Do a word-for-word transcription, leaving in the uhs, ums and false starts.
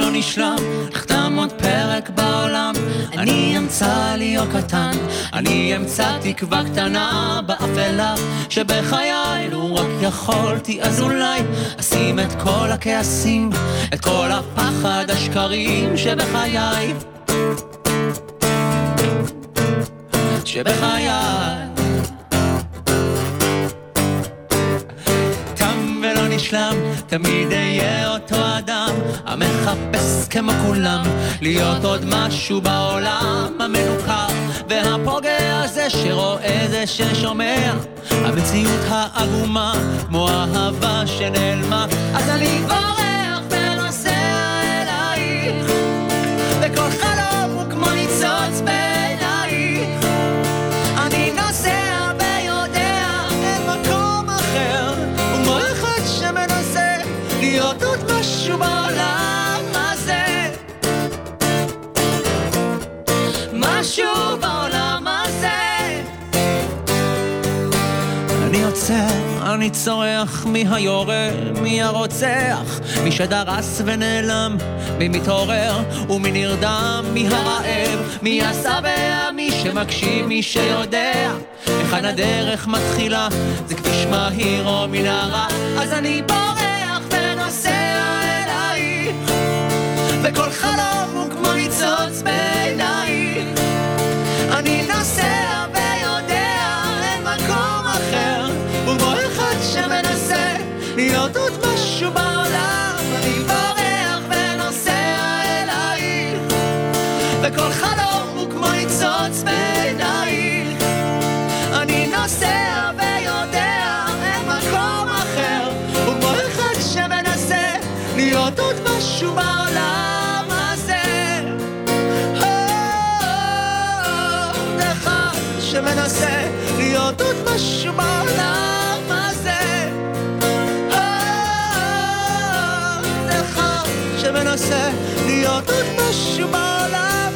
ולא נשלם, נחתם עוד פרק בעולם. אני אמצא לי אור קטן, אני אמצא תקווה קטנה באפלה שבחיי. לו רק יכולתי אז אולי אשים את כל הכעסים, את כל הפחד השקרים שבחיי, שבחיי. תם ולא נשלם, תמיד אהיה אותו אדם המחפש כמו כולם להיות עוד משהו בעולם המנוכר והפוגע, זה שרואה זה ששומע המציאות העגומה כמו אהבה שנעלמה. אז אני בורח ונוסע אלייך, וכל חלום הוא כמו ניצוץ בעינייך. אני נוסע ויודע אין מקום אחר, כמו אחד שמנסה להיות עוד משהו בעולם הזה, משהו בעולם הזה. אני יוצא, אני צורח, מי היורה, מי הרוצח, מי שדרס ונעלם, מי מתעורר ומי נרדם, מי הרעב, מי השבע, מי שמקשיב, מי שיודע היכן הדרך מתחילה, זה כביש מהיר או מנהרה. אז אני בורח ונוסע אלייך, וכל חלום הוא כמו ניצוץ בעינייך. אני נוסע ויודע אין מקום אחר, כמו אחד שמנסה להיות עוד משהו בעולם. אני בורח ונוסע אלייך, וכל חלום הוא כמו ניצוץ בעינייך. אני נוסע ויודע אין מקום אחר, כמו אחד שמנסה להיות עוד משהו בעולם הזה. עוד אחד שמנסה להיות עוד משהו בעולם הזה. עוד אחד שמנסה להיות עוד משהו בעולם